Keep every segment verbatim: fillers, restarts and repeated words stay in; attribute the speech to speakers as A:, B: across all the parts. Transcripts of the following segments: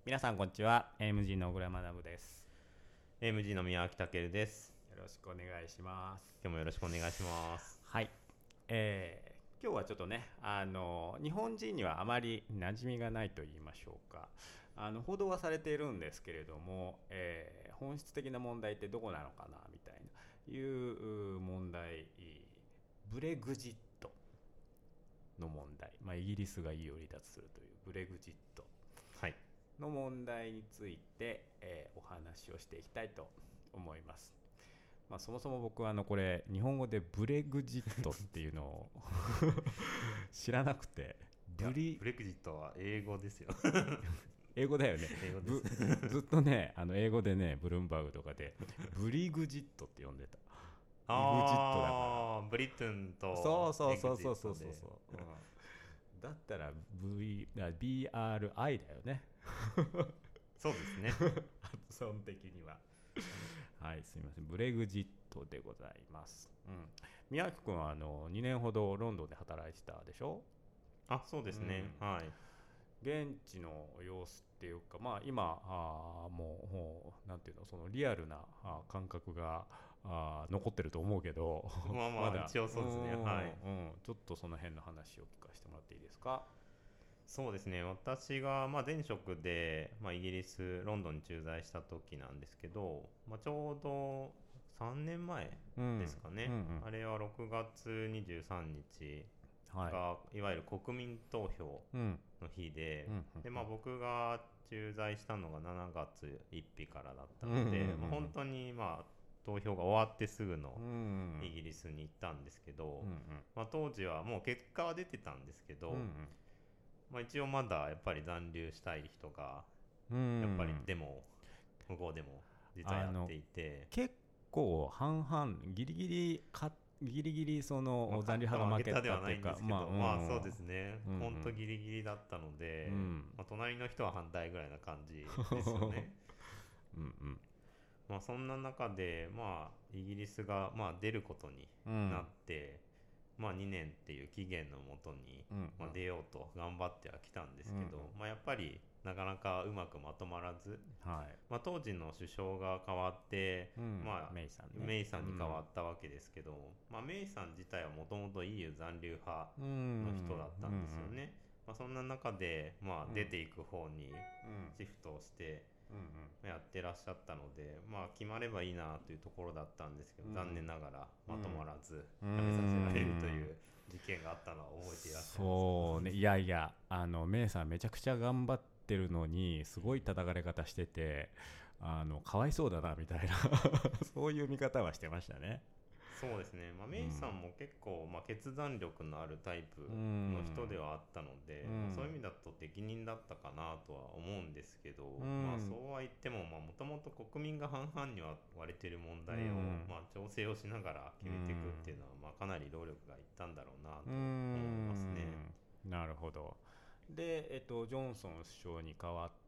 A: 皆さんこんにちは。 エムジー の小倉学です。
B: エムジー の宮脇健です。
A: よろしくお願いします。
B: 今日もよろしくお願いします。
A: はい、えー、今日はちょっとねあの日本人にはあまり馴染みがないと言いましょうか、あの報道はされているんですけれども、えー、本質的な問題ってどこなのかなみたいないう問題、ブレグジットの問題、まあ、イギリスが イーユー を離脱するというブレグジット
B: はい。
A: の問題について、えーお話をしていきたいと思います。まあ、そもそも僕はあのこれ日本語でブレグジットっていうのを知らなくて、ブリ
B: ブレグジットは英語ですよ。
A: 英語だよね。
B: 英語で
A: ぶ
B: す。
A: ずっとねあの英語でねブルームバーグとかでブリグジットって呼んでた。イグジットだか
B: あー、ブリトンと
A: ら。そうそうそう
B: エグジットで。
A: そうそうそうそう、うん、だったら V だ ビーアールアイ だよね。
B: そうですね。
A: 発音的には。はい、すみません。ブレグジットでございます。うん。宮脇君はあのにねんほどロンドンで働いてたでしょ。
B: あ、そうですね。
A: うん、
B: はい。
A: 現地の様子っていうか、まあ、今あもう、もうなんていうの、そのリアルなあ感覚があ残ってると思うけど
B: まあ
A: ま
B: まあ、
A: だ
B: 一応そうですね。はい。
A: うん、うん、ちょっとその辺の話を聞かせてもらっていいですか。
B: そうですね。私が、まあ、前職で、まあ、イギリス、ロンドンに駐在した時なんですけど、まあ、ちょうどさんねんまえ
A: うん、
B: ですかね。
A: うんうん、
B: あれはろくがつにじゅうさんにち
A: はい、
B: が、いわゆる国民投票
A: うん、
B: の日で、
A: うん、
B: で、まあ、僕が駐在したのがしちがつついたちからだった
A: うん、うん、
B: ので、まあ、本
A: うん、
B: 当に、まあ、投票が終わってすぐ
A: う
B: のイ
A: ん、
B: ギリスに行ったんですけど、
A: うん、
B: まあ、当時はもう結果は出てたんですけど、
A: うん、
B: まあ、一応まだやっぱり残留したい人が
A: う
B: やっぱり
A: ん。
B: デモ向こうでも実は
A: あの
B: やっていて、
A: 結構半々ギリギリかギリギリそ
B: まあ、
A: の残留
B: 勝った
A: 派が負け
B: 負けたでは
A: たという
B: ないんですけ
A: か、まあ、う
B: ど、まあそうで
A: ん、
B: すね、
A: うん、
B: ほんとギリギリだったので、
A: うん、
B: まあ、隣の人は反対ぐらいな感じですよね。
A: うん、
B: まあそんな中で、まあイギリスがまあ出ることになっ
A: うん、
B: て、まあにねんっていう期限のもとに、
A: うん、
B: まあ、出ようと頑張ってはきたんで
A: うん、うん、
B: すけど、まあやっぱりなかなかうまくまとまらず、
A: はい、
B: まあ、当時の首相が変わって、
A: うん、
B: まあ、
A: メイさんね、
B: メイさんに変わ
A: うん、
B: ったわけですけど、まあ、メイさん自体はもともと イーユー 残留派
A: うん、
B: の人だった
A: うん、う
B: んですよ
A: ん、
B: ね。まあ、そんな中で、まあ、出
A: うん、
B: ていく方に
A: うん、
B: シフトをして
A: うん、
B: やってらっしゃったので、まあ、決まればいいなというところだったんですけど、
A: うん、
B: 残念ながらまとまらず
A: う
B: 辞めさせられるとい
A: ん。
B: う事件があったのは覚えていらっしゃいますか？
A: そうね、いやいや、あのメイさんめちゃくちゃ頑張ってるのにすごい叩かれ方してて、あのかわいそうだなみたいなそういう見方はしてましたね。
B: そうですね、まあ、メイさんも結構、まあ、決断力のあるタイプ
A: う
B: の人で
A: ん、
B: はあったので、まあ、そういう意味
A: うん、
B: だと適任だったかなとは思うんですけど、
A: う
B: まあ、そう
A: ん、
B: は言ってももともと国民が半々には割れている問
A: う
B: 題を、
A: ん、
B: まあ、調整をしながら
A: う
B: 決めていくっていう
A: ん、
B: のは、まあ、かなり労力がいったんだろうな
A: う
B: と思いますね。
A: ん、なるほど。で、えっと、ジョンソン首相に代わって、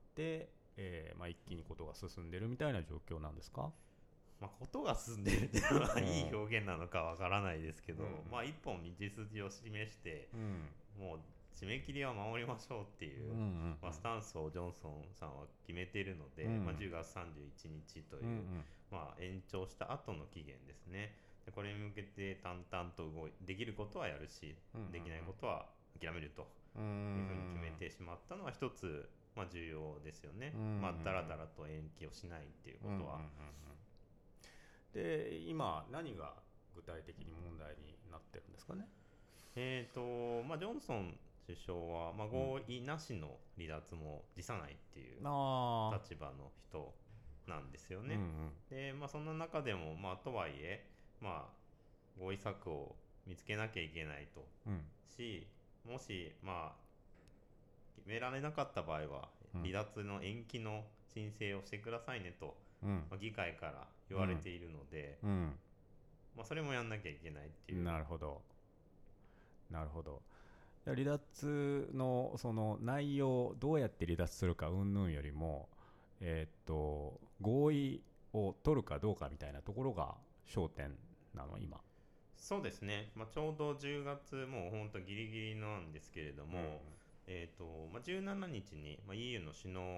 A: えーまあ、一気にことが進んでるみたいな状況なんですか。
B: まあ、ことが進んでるっていうのは
A: うん、
B: いい表現なのかわからないですけ
A: うん、
B: ど、まあ、一本道筋を示して
A: うん、
B: もう締め切りは守りましょうって
A: うん、う
B: いう、
A: ん、
B: まあ、スタンスをジョンソンさんは決めているので、
A: うん、
B: まあ、じゅうがつさんじゅういちにちと
A: うん、う
B: いう、
A: ん、
B: まあ、延長した後の期限ですね。でこれに向けて淡々と動いできることはやるし、
A: うん、
B: できないことは諦めると
A: う
B: いうふうに決め
A: ん、
B: てしまったのは一つ、まあ、重要ですよね。
A: うん、
B: まあ、だらだらと延期をしないっていう
A: うん、うん、
B: ことは。
A: で、今何が具体的に問題になってるんですかね。
B: えーとまあ、ジョンソン首相は、まあ、
A: うん、
B: 合意なしの離脱も辞さないっていう
A: ああ、
B: 立場の人なんですよ
A: うん、う
B: ね。
A: ん、
B: で、まあ、そんな中でも、まあ、とはいえ、まあ、合意策を見つけなきゃいけないと
A: うん、
B: し、もし、まあ、決められなかった場合は
A: うん、
B: 離脱の延期の申請をしてくださいねと、
A: うん、
B: まあ、議会から言われているので、
A: うん、
B: まあ、それもやんなきゃいけないっていう。
A: なるほど、なるほど。離脱のその内容、どうやって離脱するか云々よりも、えーっと合意を取るかどうかみたいなところが焦点なの今。
B: そうですね、まあ、ちょうどじゅうがつ、もう本当ギリギリなんですけれど
A: うん、
B: も、えーとまあ、じゅうしちにちに、まあ、イーユー の首脳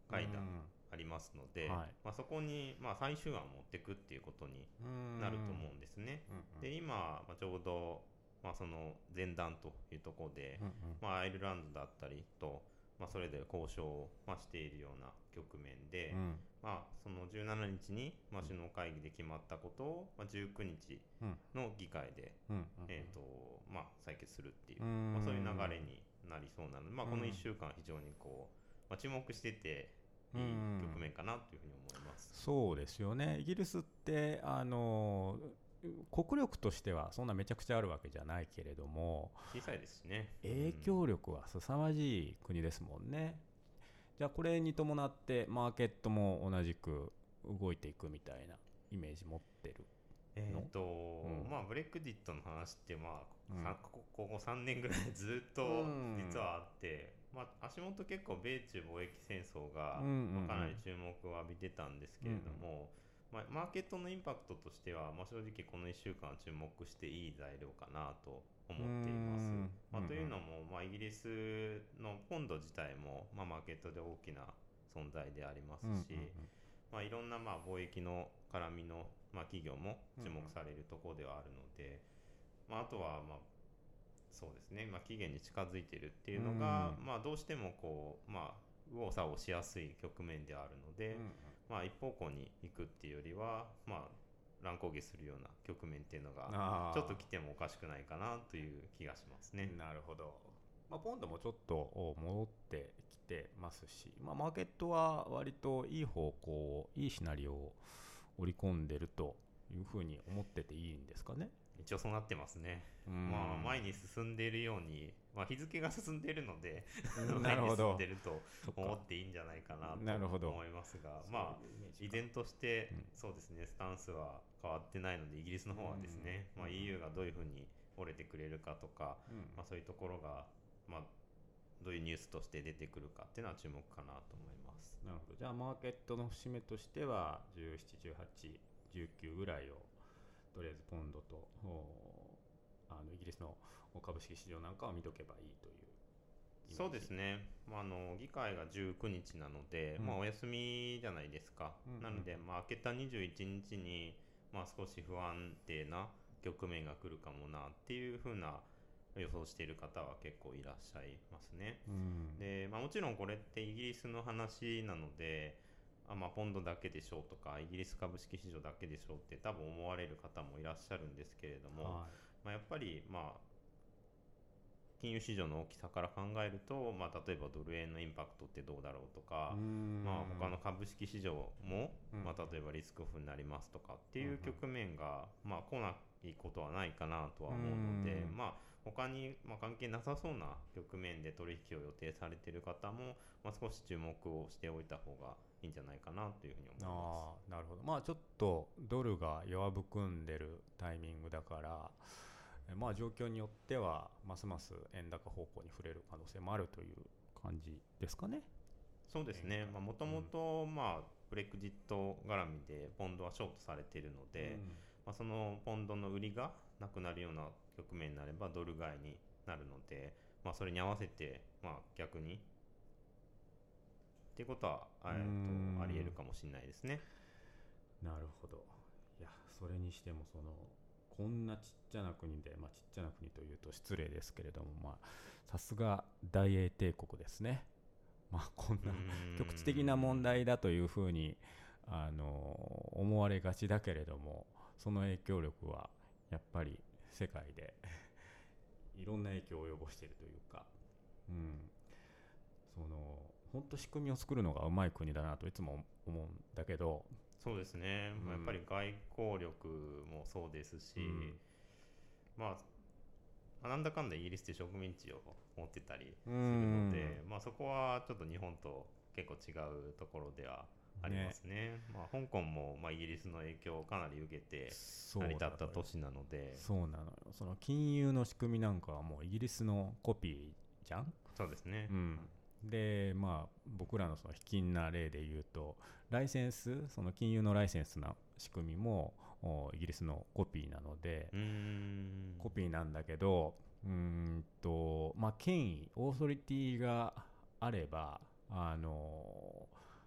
B: 会談ありますので、
A: はい、
B: まあ、そこにまあ最終案を持っていくっていうことになると思うんですね。
A: うんうん、
B: で今、まあ、ちょうど、まあ、その前段というところで、
A: うんうん、
B: まあ、アイルランドだったりと、まあ、それぞれ交渉を、まあ、しているような局面で、
A: うん
B: まあ、そのじゅうしちにちに、まあ、首脳会議で決まったことを、まあ、じゅうくにちの議会で、
A: うんうん、
B: えーとまあ、採決するっていう、
A: うん
B: まあ、そういう流れになりそうなので、まあ、この
A: うん
B: いっしゅうかん非常にこう、まあ、注目してていい局面かなというふうに思います。
A: そうですよね。イギリスってあの国力としてはそんなめちゃくちゃあるわけじゃないけれども、
B: 小さいですしね。
A: 影響力は凄まじい国ですもんね。じゃあこれに伴ってマーケットも同じく動いていくみたいなイメージ持ってるの？
B: えーと
A: うん
B: まあ、ブレクジットの話って、まあ
A: うん
B: さここここさんねんぐらいずっと
A: うん
B: 実はあって、まあ、足元結構米中貿易戦争が、
A: うんうんうん
B: まあ、かなり注目を浴びてたんですけれども、まあ、マーケットのインパクトとしては、まあ、正直このいっしゅうかん注目していい材料かなと思っています。
A: うん
B: まあ、という
A: うん
B: のも、まあ、イギリスのポンド自体も、まあ、マーケットで大きな存在でありますし、
A: うんうん
B: まあ、いろんなまあ貿易の絡みのまあ企業も注目されるところではあるので、まあ、あとはまあそうですね、まあ、期限に近づいているっていうのが、
A: うん
B: まあ、どうしてもこう、まあ、右往左往しやすい局面であるので、
A: うん
B: まあ、一方向に行くっていうよりは、まあ、乱高下するような局面っていうのが
A: あー
B: ちょっと来てもおかしくないかなという気がしますね。
A: なるほど。まあ、ポンドもちょっと戻ってきてますし、まあ、マーケットは割といい方向、いいシナリオを織り込んでるというふうに思ってていいんですかね。
B: 一応そうなってますね。
A: うん
B: まあ、前に進んでいるように、まあ、日付が進んでいるので
A: うん
B: 前に進ん
A: なるほど
B: でいると
A: そっか
B: 思っていいんじゃないかな
A: なるほど
B: と思いますが、まあ
A: そういうイメージか
B: 依然として、
A: うん
B: そうですね、スタンスは変わってないので、イギリスの方はですね、
A: うん
B: まあ、イーユー がどういうふうに折れてくれるかとか、
A: うん
B: まあ、そういうところが、まあ、どういうニュースとして出てくるかっていうのは注目かなと思います。
A: なるほど。じゃあマーケットの節目としてはじゅうなな、じゅうはち、じゅうきゅうぐらいをとりあえずポンドとおあのイギリスの株式市場なんかを見とけばいいというイメージ。
B: そうですね、まあ、あの議会がじゅうくにちなので、
A: うん
B: まあ、お休みじゃないですか。
A: うん
B: なので、まあ、明けたにじゅういちにちに、まあ、少し不安定な局面が来るかもなっていうふうな予想している方は結構いらっしゃいますね。
A: うん
B: で、まあ、もちろんこれってイギリスの話なので、あまあ、ポンドだけでしょうとかイギリス株式市場だけでしょうって多分思われる方もいらっしゃるんですけれども、
A: はい
B: まあ、やっぱりまあ金融市場の大きさから考えると、まあ、例えばドル円のインパクトってどうだろうとか、まあ、他の株式市場も、
A: うん
B: まあ、例えばリスクオフになりますとかっていう局面が、まあ、来ないことはないかなとは思うので、
A: うん
B: まあ、他に、まあ、関係なさそうな局面で取引を予定されている方も、まあ、少し注目をしておいた方がいいんじゃないかなというふうに思いま
A: あーなるほど。まあちょっとドルが弱含んでるタイミングだからえまあ状況によってはますます円高方向に触れる可能性もあるという感じですかね。
B: す。そうですね、もともとブレクジット絡みでポンドはショートされているので、まあ、そのポンドの売りがなくなるような局面になればドル買いになるので、まあ、それに合わせてまあ逆にっていうことはえーとあり得るかもしれないですね。
A: なるほど。いやそれにしてもそのこんなちっちゃな国で、まあ、ちっちゃな国というと失礼ですけれども、まあ、さすが大英帝国ですね。まあ、こんな局地的な問題だというふうにあの思われがちだけれども、その影響力はやっぱり世界でいろんな影響を及ぼしているというか、うん、その本当仕組みを作るのがうまい国だなといつも思うんだけど。
B: そうですね、
A: うん、
B: やっぱり外交力もそうですし、うん、まあなんだかんだイギリスって植民地を持ってたりするので、まあ、そこはちょっと日本と結構違うところではありますね。ねまあ、香港もまあイギリスの影響をかなり受けて成り立った都市なので。
A: そうなのよ。その金融の仕組みなんかはもうイギリスのコピーじゃん。
B: そうですね、
A: うんでまあ、僕らのその卑近な例で言うとライセンスその金融のライセンスの仕組みもイギリスのコピーなので、
B: うーん
A: コピーなんだけどうーんと、まあ、権威オーソリティがあればあの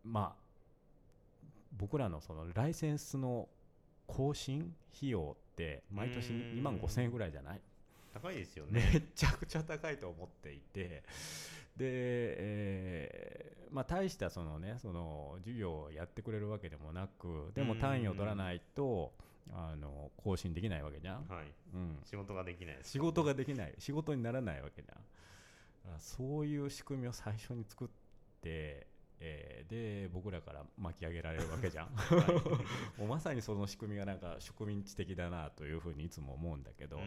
A: まあ僕らのそのライセンスの更新費用って毎年にまんごせんえんぐらいじゃない？
B: 高いですよね。
A: めちゃくちゃ高いと思っていて、で、えーまあ、大したそのねその授業をやってくれるわけでもなく、でも単位を取らないとあの更新できないわけじゃん、
B: はい、
A: うん、
B: 仕事ができないです、ね、
A: 仕事ができない仕事にならないわけじゃん。そういう仕組みを最初に作って、えー、で僕らから巻き上げられるわけじゃん、はい、もうまさにその仕組みがなんか植民地的だなというふうにいつも思うんだけど、うーん、うん、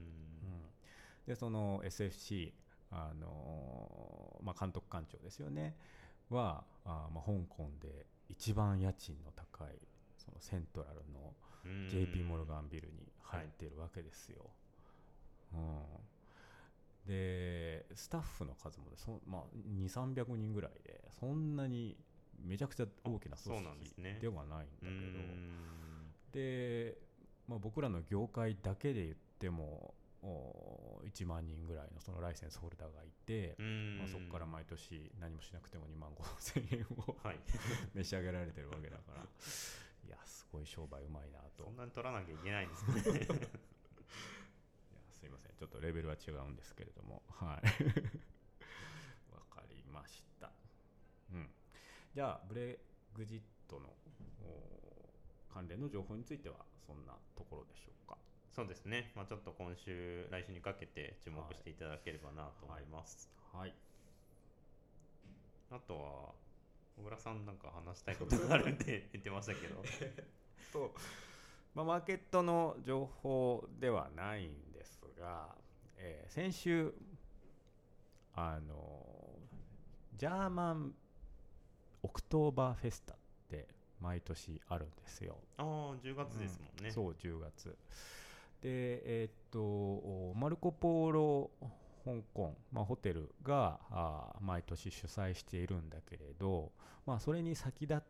A: でその エスエフシー、あのーまあ、監督官庁ですよねはあ、まあ、香港で一番家賃の高いそのセントラルの ジェイピー モルガンビルに入っているわけですよ、はい、うん、でスタッフの数もそ、まあ、にせんさんびゃくにんぐらいでそんなにめちゃくちゃ大きな組織ではないんだけど、で、まあ、僕らの業界だけで言ってもいちまんにんぐらいのそのライセンスホルダーがいて、まあ、そこから毎年何もしなくてもにまんごせんえんを、はい、召し上げられてるわけだからいやすごい商売うまいなと。
B: そんなに取らなきゃいけないんですね
A: すいませんちょっとレベルは違うんですけれども、はいわかりました、うん、じゃあブレグジットの関連の情報についてはそんなところでしょうか。
B: そうですね、まあ、ちょっと今週来週にかけて注目していただければなと思います、
A: はいはい、
B: あとは小倉さんなんか話したいことがあるんで言ってましたけど
A: と、まあ、マーケットの情報ではないんですが、えー、先週あのジャーマンオクトーバーフェスタって毎年あるんですよ。
B: ああじゅうがつですもんね、
A: うん、そうじゅうがつで、えー、っとマルコポーロ香港、まあ、ホテルがあ毎年主催しているんだけれど、まあ、それに先立って、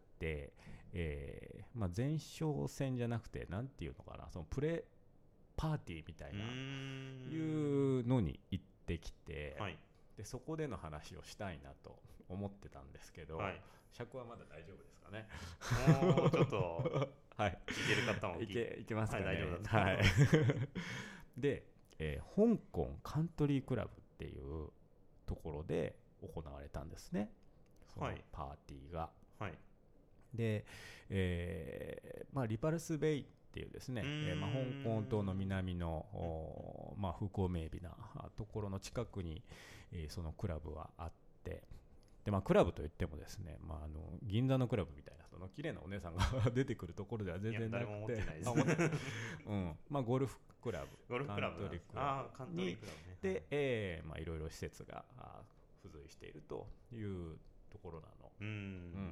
A: えーまあ、前哨戦じゃなくてなんていうのかな、そのプレパーティーみたいないうのに行ってきて、はい、でそこでの話をしたいなと思ってたんですけど、はい、尺はまだ大丈夫ですかね。
B: もうちょっとはい、いける方も
A: いけ、いけますかね、
B: はい、大丈夫だと思います、はい、
A: で、えー、香港カントリークラブっていうところで行われたんですね、そのパーティーが、はい、で、えーまあ、リパルスベイっていうですね、えーまあ、香港島の南の、まあ、風光明媚なところの近くに、えー、そのクラブはあって、でまあ、クラブといってもですね、まあ、あの銀座のクラブみたいなその綺麗なお姉さんが出てくるところでは全然なくて、
B: いや誰も思ってないです
A: うん、まあ、ゴルフクラブ、
B: ゴルフクラブ
A: カントリークラブに、
B: あーカントリークラブね、
A: で、えーまあ、いろいろ施設が付随しているというところなの。
B: うん、うん、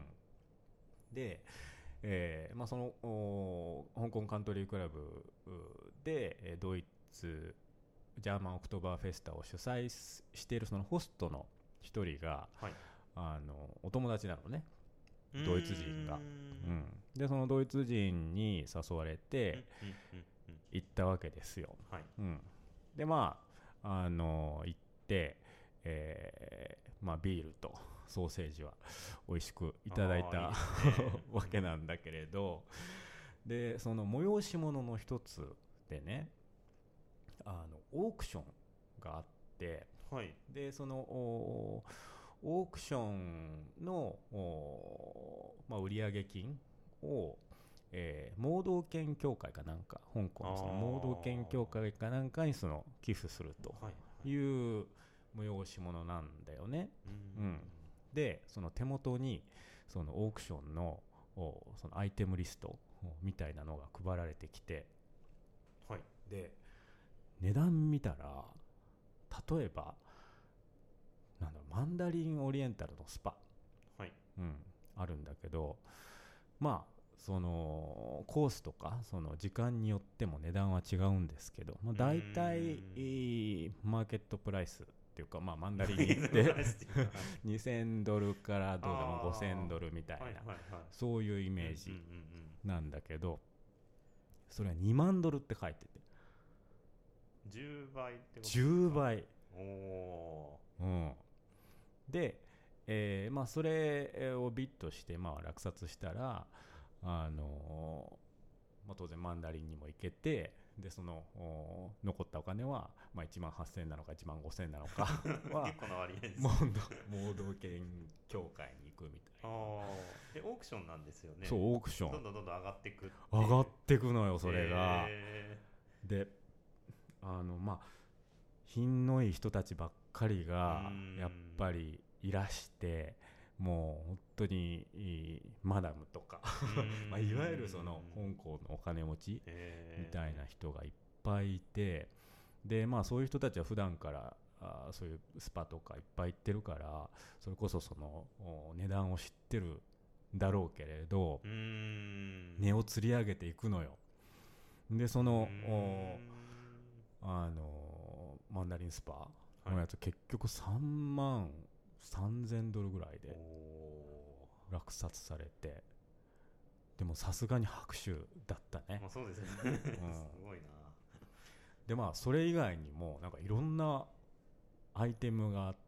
A: で、えーまあ、その香港カントリークラブでドイツジャーマンオクトーバーフェスタを主催しているそのホストの一人が、はい、あのお友達なのね、ドイツ人が、うん、でそのドイツ人に誘われて行ったわけですよ、はい、うん、でまああの行って、えーまあ、ビールとソーセージは美味しくいただいたいい、ね、わけなんだけれど、でその催し物の一つでね、あのオークションがあって、はい、でそのオークションの、まあ、売上金を、えー、盲導犬協会かなんか、香港のその盲導犬協会かなんかにその寄付するという催し物なんだよね、うんうん、でその手元にそのオークションのそのアイテムリストみたいなのが配られてきて、はい、で値段見たら例えばなんだろう、マンダリンオリエンタルのスパ、はい、うん、あるんだけど、まあそのコースとかその時間によっても値段は違うんですけど、まあ、大体マーケットプライスっていうか、まあ、マンダリンに行ってにせんドルからどうでもごせんドルみたいな、はいはいはい、そういうイメージなんだけど、それはにまんドルって書いてて
B: じゅうばいってことですか。
A: じゅうばい、
B: お
A: うん、で、 えーまあ、それをビットして、まあ、落札したら、あのーまあ、当然マンダリンにも行けて、でその残ったお金は、まあ、いちまんはっせんえんなのかいちまんごせんえんなのかは
B: 結構な割合です
A: モード盲導犬協会に行くみたいな。
B: あでオークションなんですよね。
A: そうオークション
B: どんどんどんどん上がっていく
A: 上がっていくのよそれが、
B: え
A: ー、であのまあ品のいい人たちばっかりがやっぱりいらして、もう本当にマダムとかまあいわゆるその香港のお金持ちみたいな人がいっぱいいて、でまあそういう人たちは普段からあそういうスパとかいっぱい行ってるから、それこそその値段を知ってるだろうけれど、
B: うーん
A: 値を釣り上げていくのよ。でそのあのマンダリンスパのやつ、はい、結局さんまんさんぜんドルぐらいで落札されて、でもさすがに拍手だったね。
B: まあ、そうですね、うん、すごいな。
A: でまあそれ以外にもなんかいろんなアイテムがあって、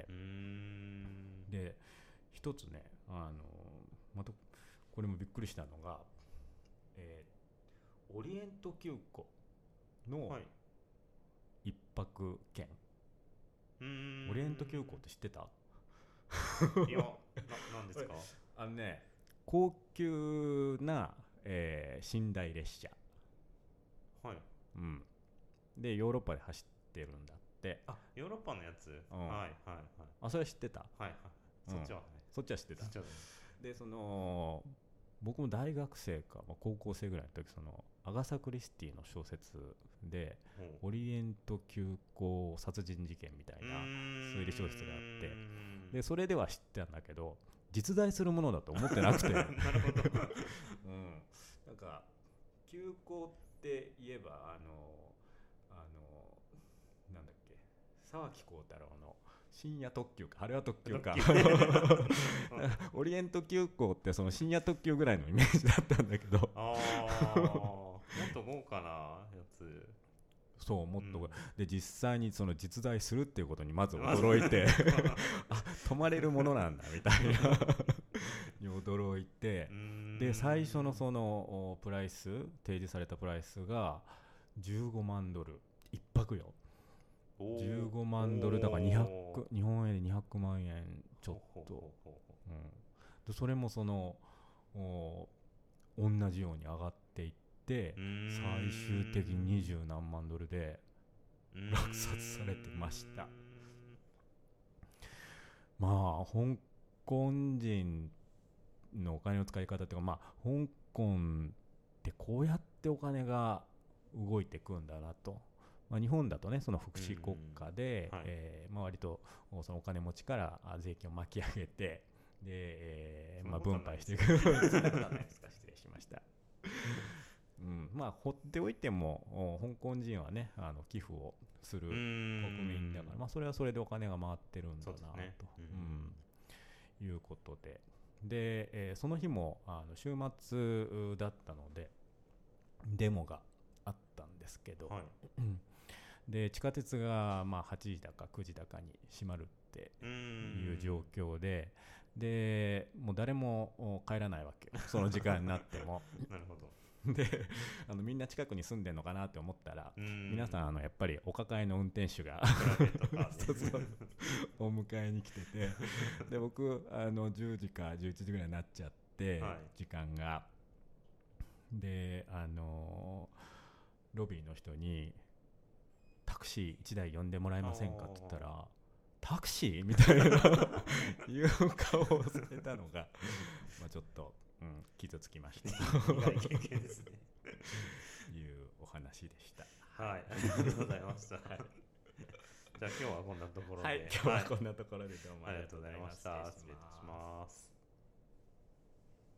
B: うーん
A: で一つね、あのまたこれもびっくりしたのが、えー、オリエント急行の一泊券、はい、オリエント急行って知ってた？
B: いや、な、なんですか？
A: あのね、高級な、えー、寝台列車、
B: はい、
A: うん、でヨーロッパで走ってるんだって。
B: あ、ヨーロッパのやつ、うん、はいはいはい。
A: あ、それ知ってた？
B: はいはい。そっちは、うん、
A: そっちは知ってた。
B: そっちは
A: でその僕も大学生か、まあ、高校生ぐらいの時、そのアガサ・クリスティの小説で、うん、オリエント急行殺人事件みたいな推理小説があって、でそれでは知ってたんだけど実在するものだと思ってなくてなるほど、うん、なんか急行って言えばあのあのなんだっけ、沢木耕太郎の深夜特急か、あれは特急かオリエント急行ってその深夜特急ぐらいのイメージだったんだけど
B: ああもっと豪華なやつ、
A: そうもっと、うん、で実際にその実在するっていうことにまず驚いてあ、泊まれるものなんだみたいなに驚いて、で最初のそのプライス提示されたプライスがじゅうごまんドル一泊よ。じゅうごまんドルだからにひゃく日本円でにひゃくまんえんちょっと、うん、でそれもその同じように上がっていって、最終的ににじゅうなんまんドルで落札されてました。まあ香港人のお金の使い方っていうか、まあ香港ってこうやってお金が動いてくんだなと。まあ、日本だとね、その福祉国家で、はい、えーまあ、割とそのお金持ちから税金を巻き上げて、で、えーまあ、分配していくそんなことはないですか、失礼しました、うん、まあ放っておいても香港人はね、あの寄付をする国民だから、まあ、それはそれでお金が回ってるんだなと、ね、うん、いうことで、で、えー、その日もあの週末だったのでデモがあったんですけど、はい、で地下鉄がまあはちじだかくじだかに閉まるっていう状況で、でもう誰も帰らないわけよ、その時間になっても
B: なるほど。
A: であのみんな近くに住んでるのかなって思ったら、皆さんあのやっぱりお抱えの運転手がそうそうお迎えに来てて、で僕あのじゅうじかじゅういちじぐらいになっちゃって、はい、時間がであのロビーの人にタクシーいちだい呼んでもらえませんかって言ったら、タクシーみたいないう顔をされたのがまあちょっと、うん、傷つきました
B: 苦い経験ですね
A: いうお話でした。
B: はい、ありがとうございました、はい、じゃあ今日はこんなところで、
A: はい、今日はこんなところでどうも
B: ありがとうございました。失礼いたします。